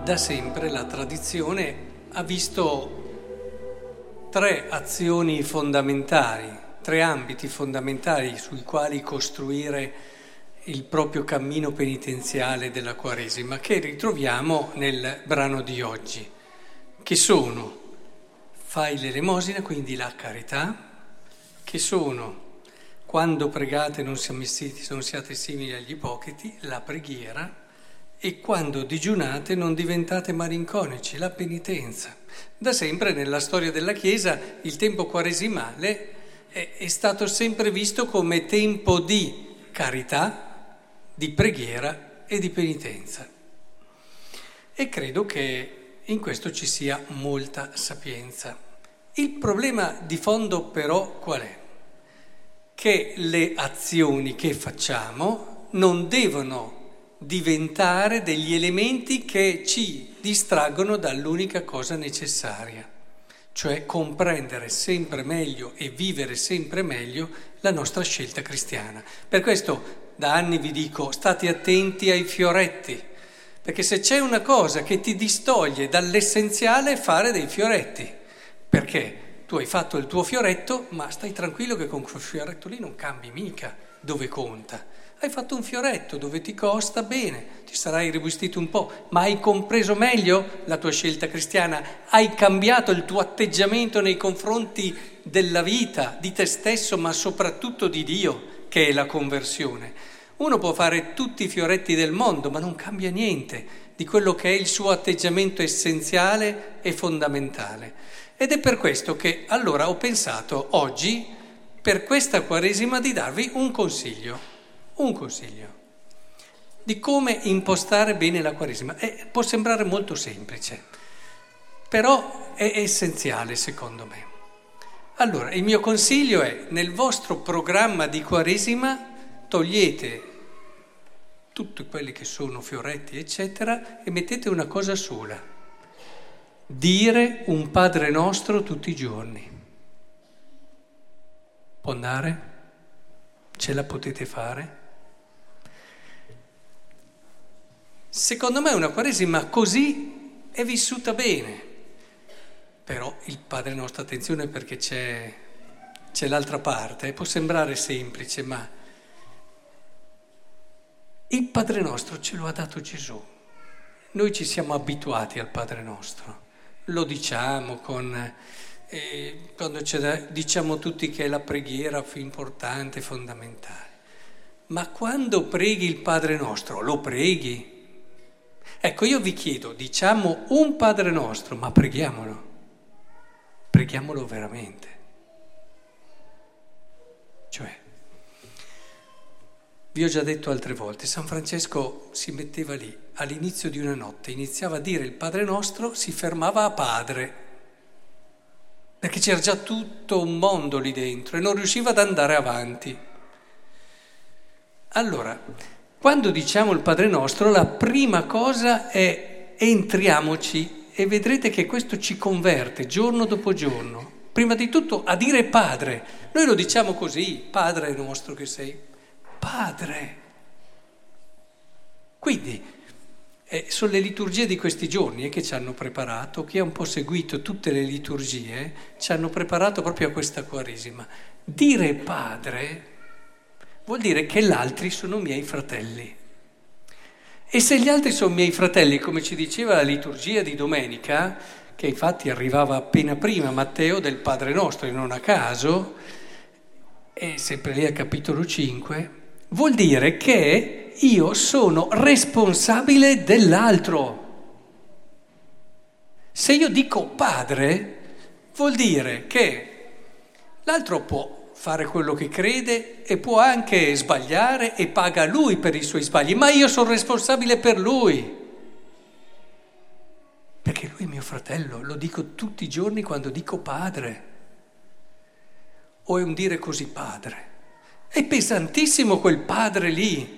Da sempre la tradizione ha visto tre azioni fondamentali, tre ambiti fondamentali sui quali costruire il proprio cammino penitenziale della Quaresima, che ritroviamo nel brano di oggi, che sono: fai l'elemosina, quindi la carità, che sono: quando pregate non siate simili agli ipocriti, la preghiera, e quando digiunate non diventate malinconici, la penitenza. Da sempre nella storia della Chiesa il tempo quaresimale è stato sempre visto come tempo di carità, di preghiera e di penitenza. E credo che in questo ci sia molta sapienza. Il problema di fondo però qual è? Che le azioni che facciamo non devono diventare degli elementi che ci distraggono dall'unica cosa necessaria, cioè comprendere sempre meglio e vivere sempre meglio la nostra scelta cristiana. Per questo da anni vi dico: state attenti ai fioretti, perché se c'è una cosa che ti distoglie dall'essenziale è fare dei fioretti, perché tu hai fatto il tuo fioretto, ma stai tranquillo che con quel fioretto lì non cambi mica dove conta. Hai fatto un fioretto dove ti costa bene, ti sarai irrobustito un po', ma hai compreso meglio la tua scelta cristiana, hai cambiato il tuo atteggiamento nei confronti della vita, di te stesso, ma soprattutto di Dio, che è la conversione. Uno può fare tutti i fioretti del mondo, ma non cambia niente di quello che è il suo atteggiamento essenziale e fondamentale. Ed è per questo che allora ho pensato oggi, per questa Quaresima, di darvi un consiglio di come impostare bene la Quaresima. Può sembrare molto semplice, però è essenziale secondo me. Allora, il mio consiglio è: nel vostro programma di Quaresima togliete tutti quelli che sono fioretti eccetera e mettete una cosa sola: dire un Padre Nostro tutti i giorni. Può andare? Ce la potete fare? Secondo me una Quaresima così è vissuta bene. Però il Padre Nostro, attenzione, perché c'è l'altra parte, può sembrare semplice, ma il Padre Nostro ce lo ha dato Gesù. Noi ci siamo abituati al Padre Nostro, lo diciamo quando diciamo tutti che è la preghiera più importante, fondamentale. Ma quando preghi il Padre Nostro, lo preghi? Ecco, io vi chiedo, diciamo un Padre Nostro, ma preghiamolo veramente. Cioè, vi ho già detto altre volte, San Francesco si metteva lì, all'inizio di una notte, iniziava a dire il Padre Nostro, si fermava a Padre, perché c'era già tutto un mondo lì dentro e non riusciva ad andare avanti. Allora, quando diciamo il Padre Nostro, la prima cosa è: entriamoci, e vedrete che questo ci converte giorno dopo giorno. Prima di tutto a dire Padre. Noi lo diciamo così: Padre nostro che sei. Padre. Quindi sono le liturgie di questi giorni che ci hanno preparato. Chi ha un po' seguito tutte le liturgie ci hanno preparato proprio a questa Quaresima. Dire Padre vuol dire che gli altri sono miei fratelli. E se gli altri sono miei fratelli, come ci diceva la liturgia di domenica, che infatti arrivava appena prima, Matteo, del Padre Nostro, e non a caso, è sempre lì al capitolo 5, vuol dire che io sono responsabile dell'altro. Se io dico Padre, vuol dire che l'altro può fare quello che crede e può anche sbagliare e paga lui per i suoi sbagli, ma io sono responsabile per lui, perché lui è mio fratello, lo dico tutti i giorni quando dico Padre. O è un dire così Padre? È pesantissimo quel Padre lì,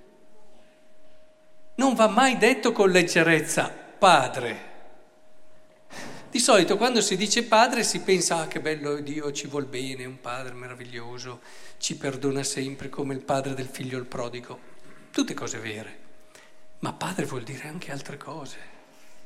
non va mai detto con leggerezza Padre. Di solito quando si dice Padre si pensa: che bello, Dio ci vuol bene, è un Padre meraviglioso, ci perdona sempre come il Padre del figlio il prodigo. Tutte cose vere, ma Padre vuol dire anche altre cose.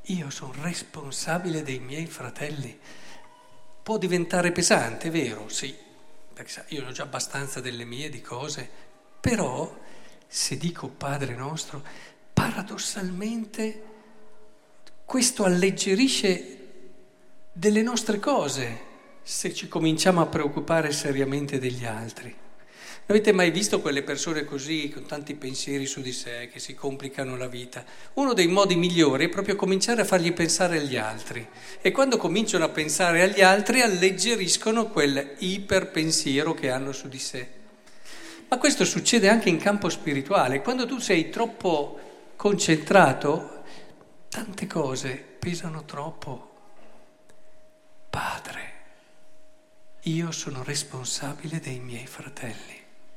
io sono responsabile dei miei fratelli. Può diventare pesante, è vero, sì, perché sai, io ne ho già abbastanza delle mie di cose, però se dico Padre nostro, paradossalmente questo alleggerisce delle nostre cose se ci cominciamo a preoccupare seriamente degli altri. Avete mai visto quelle persone così, con tanti pensieri su di sé, che si complicano la vita? Uno dei modi migliori è proprio cominciare a fargli pensare agli altri. E quando cominciano a pensare agli altri, alleggeriscono quel iperpensiero che hanno su di sé. Ma questo succede anche in campo spirituale. Quando tu sei troppo concentrato, tante cose pesano troppo. Padre, io sono responsabile dei miei fratelli.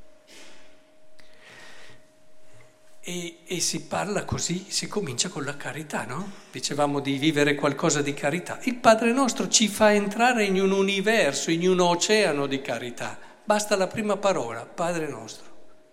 E si parla così, si comincia con la carità, no? Dicevamo di vivere qualcosa di carità. Il Padre nostro ci fa entrare in un universo, in un oceano di carità. Basta la prima parola, Padre nostro.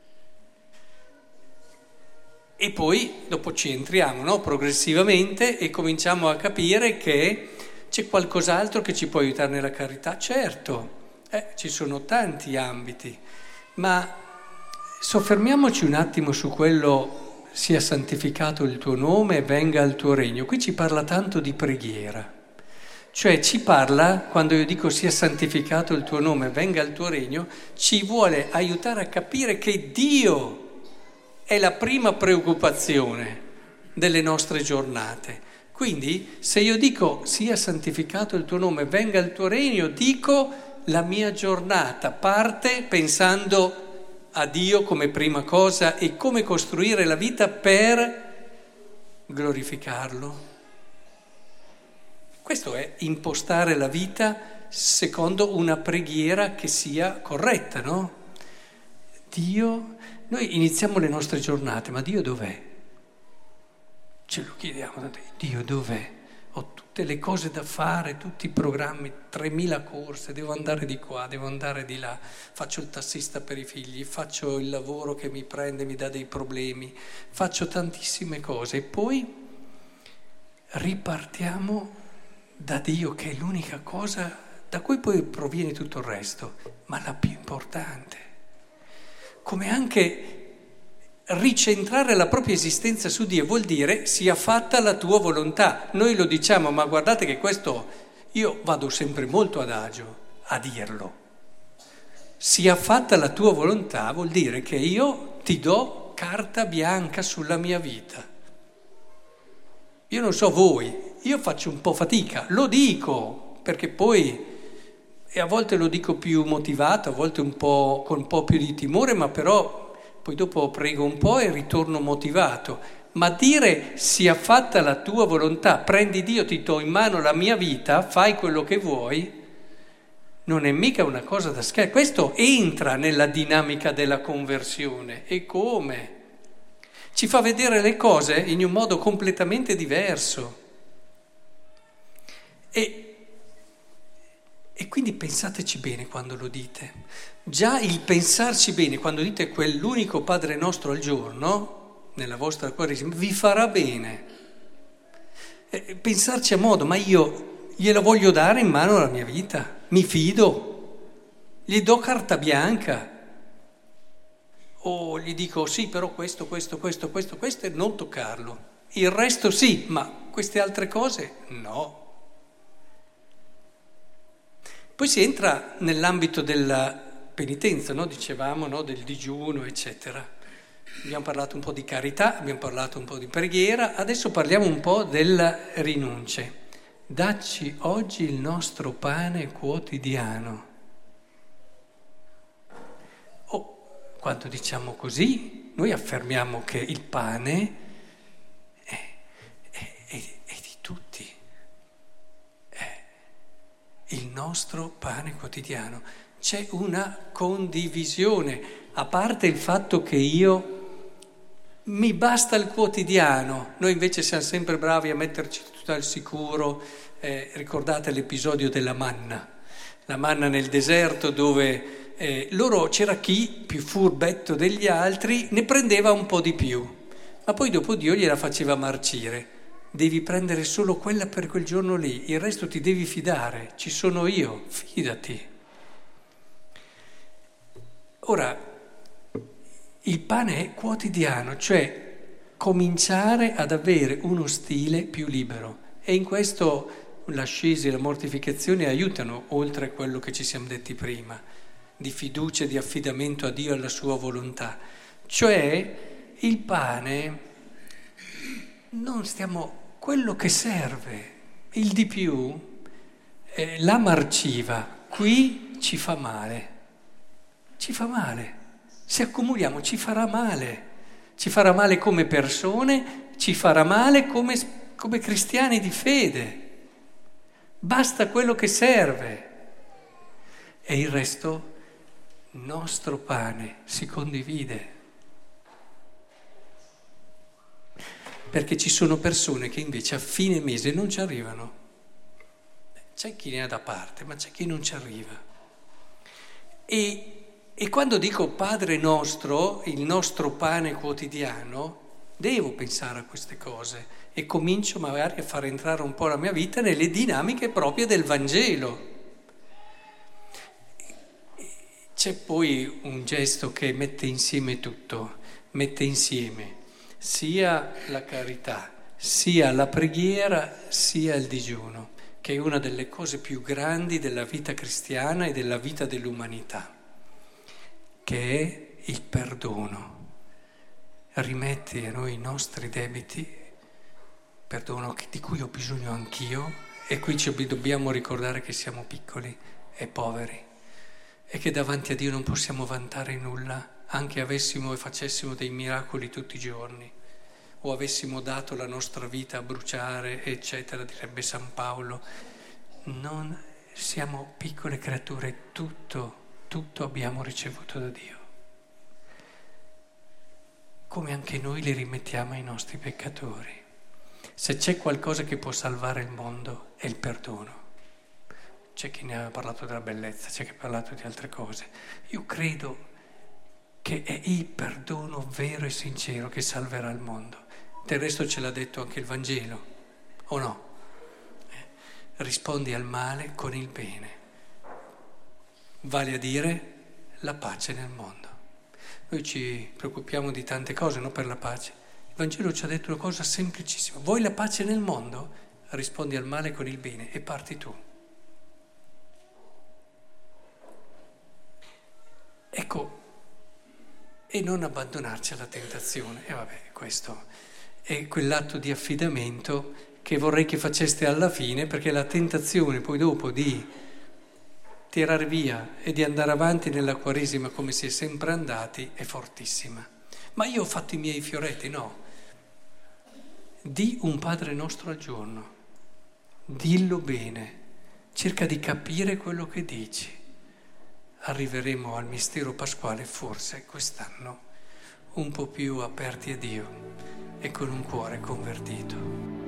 E poi dopo ci entriamo, no? Progressivamente e cominciamo a capire che c'è qualcos'altro che ci può aiutare nella carità. Certo, ci sono tanti ambiti, ma soffermiamoci un attimo su quello: sia santificato il tuo nome, venga il tuo regno. Qui ci parla tanto di preghiera, cioè ci parla, quando io dico sia santificato il tuo nome, venga il tuo regno, ci vuole aiutare a capire che Dio è la prima preoccupazione delle nostre giornate. Quindi se io dico sia santificato il tuo nome, venga il tuo regno, dico la mia giornata parte pensando a Dio come prima cosa e come costruire la vita per glorificarlo. Questo è impostare la vita secondo una preghiera che sia corretta, no? Dio, noi iniziamo le nostre giornate, ma Dio dov'è? Ce lo chiediamo, Dio dov'è? Ho tutte le cose da fare, tutti i programmi, 3000 corse, devo andare di qua, devo andare di là, faccio il tassista per i figli, faccio il lavoro che mi prende, mi dà dei problemi, faccio tantissime cose e poi ripartiamo da Dio, che è l'unica cosa da cui poi proviene tutto il resto, ma la più importante. Come anche ricentrare la propria esistenza su Dio vuol dire sia fatta la tua volontà. Noi lo diciamo, ma guardate che questo io vado sempre molto adagio a dirlo. Sia fatta la tua volontà vuol dire che io ti do carta bianca sulla mia vita. Io non so voi, io faccio un po' fatica, lo dico, perché poi, e a volte lo dico più motivato, a volte un po' con un po' più di timore, ma però poi dopo prego un po' e ritorno motivato. Ma dire sia fatta la tua volontà, prendi Dio, ti do in mano la mia vita, fai quello che vuoi, non è mica una cosa da scherzo. Questo entra nella dinamica della conversione. E come? Ci fa vedere le cose in un modo completamente diverso. E quindi pensateci bene quando lo dite. Già il pensarci bene quando dite quell'unico Padre nostro al giorno, nella vostra Quaresima, vi farà bene. Pensarci a modo, ma io gliela voglio dare in mano la mia vita, mi fido, gli do carta bianca. O gli dico sì, però questo e non toccarlo. Il resto sì, ma queste altre cose no. Poi si entra nell'ambito della penitenza, no? Dicevamo, no? Del digiuno, eccetera. Abbiamo parlato un po' di carità, abbiamo parlato un po' di preghiera, adesso parliamo un po' delle rinunce. Dacci oggi il nostro pane quotidiano. Quando diciamo così, noi affermiamo che il pane è di tutti. Il nostro pane quotidiano. C'è una condivisione, a parte il fatto che mi basta il quotidiano, noi invece siamo sempre bravi a metterci tutto al sicuro. Ricordate l'episodio della manna, la manna nel deserto dove loro c'era chi, più furbetto degli altri, ne prendeva un po' di più, ma poi dopo Dio gliela faceva marcire. devi prendere solo quella per quel giorno lì, il resto ti devi fidare, ci sono io, fidati. Ora, il pane è quotidiano, cioè cominciare ad avere uno stile più libero e in questo l'ascesi e la mortificazione aiutano, oltre a quello che ci siamo detti prima, di fiducia e di affidamento a Dio e alla sua volontà. Cioè il pane, non stiamo, quello che serve, il di più, la marciva, qui ci fa male, se accumuliamo ci farà male come persone, ci farà male come cristiani di fede, basta quello che serve e il resto, nostro pane, si condivide. Perché ci sono persone che invece a fine mese non ci arrivano. C'è chi ne ha da parte, ma c'è chi non ci arriva. E quando dico Padre nostro, il nostro pane quotidiano, devo pensare a queste cose e comincio magari a far entrare un po' la mia vita nelle dinamiche proprie del Vangelo. C'è poi un gesto che mette insieme tutto, mette insieme sia la carità, sia la preghiera, sia il digiuno, che è una delle cose più grandi della vita cristiana e della vita dell'umanità, che è il perdono. Rimetti a noi i nostri debiti, perdono di cui ho bisogno anch'io, e qui ci dobbiamo ricordare che siamo piccoli e poveri e che davanti a Dio non possiamo vantare nulla, anche avessimo e facessimo dei miracoli tutti i giorni, o avessimo dato la nostra vita a bruciare, eccetera, direbbe San Paolo. Non siamo piccole creature, tutto abbiamo ricevuto da Dio. Come anche noi li rimettiamo ai nostri peccatori. Se c'è qualcosa che può salvare il mondo, è il perdono. C'è chi ne ha parlato della bellezza, c'è chi ha parlato di altre cose. Io credo che è il perdono vero e sincero che salverà il mondo. Del resto ce l'ha detto anche il Vangelo, o no? Rispondi al male con il bene, vale a dire la pace nel mondo. Noi ci preoccupiamo di tante cose, no, per la pace. Il Vangelo ci ha detto una cosa semplicissima. Vuoi la pace nel mondo? Rispondi al male con il bene e parti tu. Ecco, e non abbandonarci alla tentazione. E vabbè, questo è quell'atto di affidamento che vorrei che faceste alla fine, perché la tentazione poi dopo di tirare via e di andare avanti nella Quaresima come si è sempre andati è fortissima. Ma io ho fatto i miei fioretti, no. Di un Padre nostro al giorno, dillo bene, cerca di capire quello che dici. Arriveremo al mistero pasquale forse quest'anno un po' più aperti a Dio e con un cuore convertito.